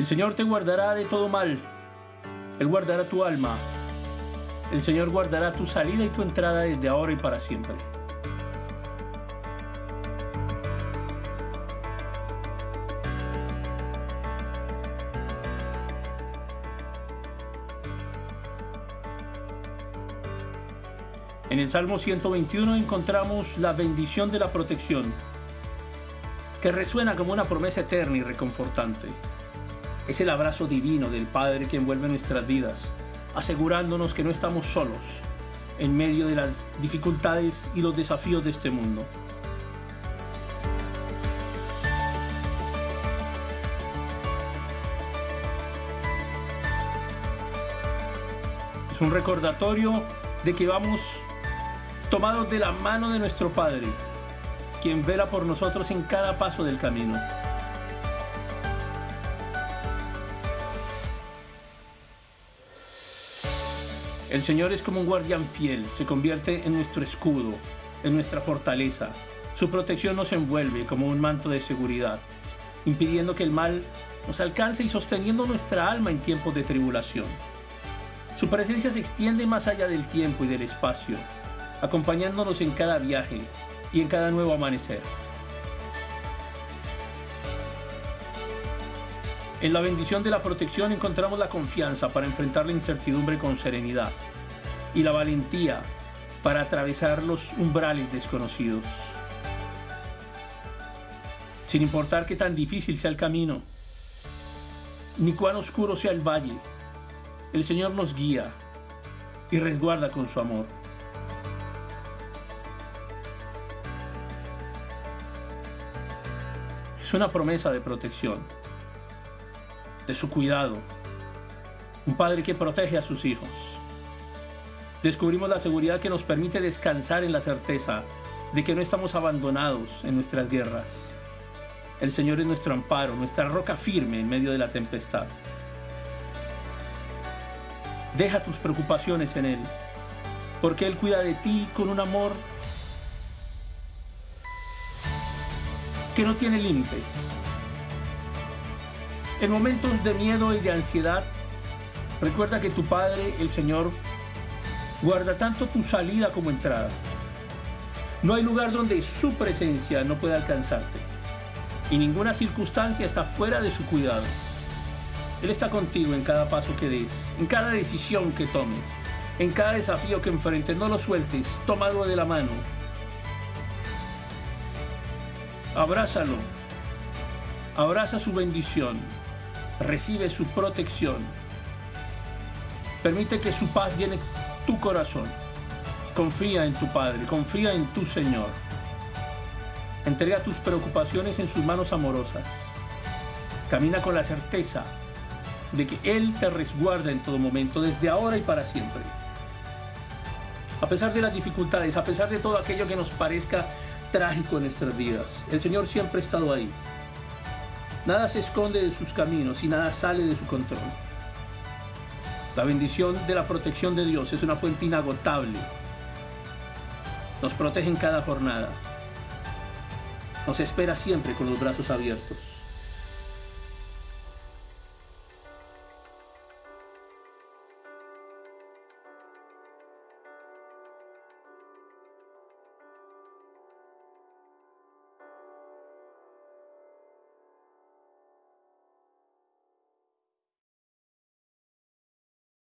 El Señor te guardará de todo mal. Él guardará tu alma. El Señor guardará tu salida y tu entrada desde ahora y para siempre. En el Salmo 121 encontramos la bendición de la protección, que resuena como una promesa eterna y reconfortante. Es el abrazo divino del Padre que envuelve nuestras vidas, asegurándonos que no estamos solos en medio de las dificultades y los desafíos de este mundo. Es un recordatorio de que vamos tomados de la mano de nuestro Padre, quien vela por nosotros en cada paso del camino. El Señor es como un guardián fiel, se convierte en nuestro escudo, en nuestra fortaleza. Su protección nos envuelve como un manto de seguridad, impidiendo que el mal nos alcance y sosteniendo nuestra alma en tiempos de tribulación. Su presencia se extiende más allá del tiempo y del espacio, acompañándonos en cada viaje y en cada nuevo amanecer. En la bendición de la protección encontramos la confianza para enfrentar la incertidumbre con serenidad y la valentía para atravesar los umbrales desconocidos. Sin importar qué tan difícil sea el camino, ni cuán oscuro sea el valle, el Señor nos guía y resguarda con su amor. Es una promesa de protección, de su cuidado, un padre que protege a sus hijos. Descubrimos la seguridad que nos permite descansar en la certeza de que no estamos abandonados en nuestras guerras. El Señor es nuestro amparo, nuestra roca firme en medio de la tempestad. Deja tus preocupaciones en Él, porque Él cuida de ti con un amor que no tiene límites. En momentos de miedo y de ansiedad, recuerda que tu Padre, el Señor, guarda tanto tu salida como entrada. No hay lugar donde su presencia no pueda alcanzarte, y ninguna circunstancia está fuera de su cuidado. Él está contigo en cada paso que des, en cada decisión que tomes, en cada desafío que enfrentes. No lo sueltes, tómalo de la mano. Abrázalo, abraza su bendición, recibe su protección. Permite que su paz llene tu corazón. Confía en tu Padre, confía en tu Señor. Entrega tus preocupaciones en sus manos amorosas. Camina con la certeza de que Él te resguarda en todo momento, desde ahora y para siempre. A pesar de las dificultades, a pesar de todo aquello que nos parezca trágico en nuestras vidas, el Señor siempre ha estado ahí. Nada se esconde de sus caminos y nada sale de su control. La bendición de la protección de Dios es una fuente inagotable. Nos protege en cada jornada. Nos espera siempre con los brazos abiertos.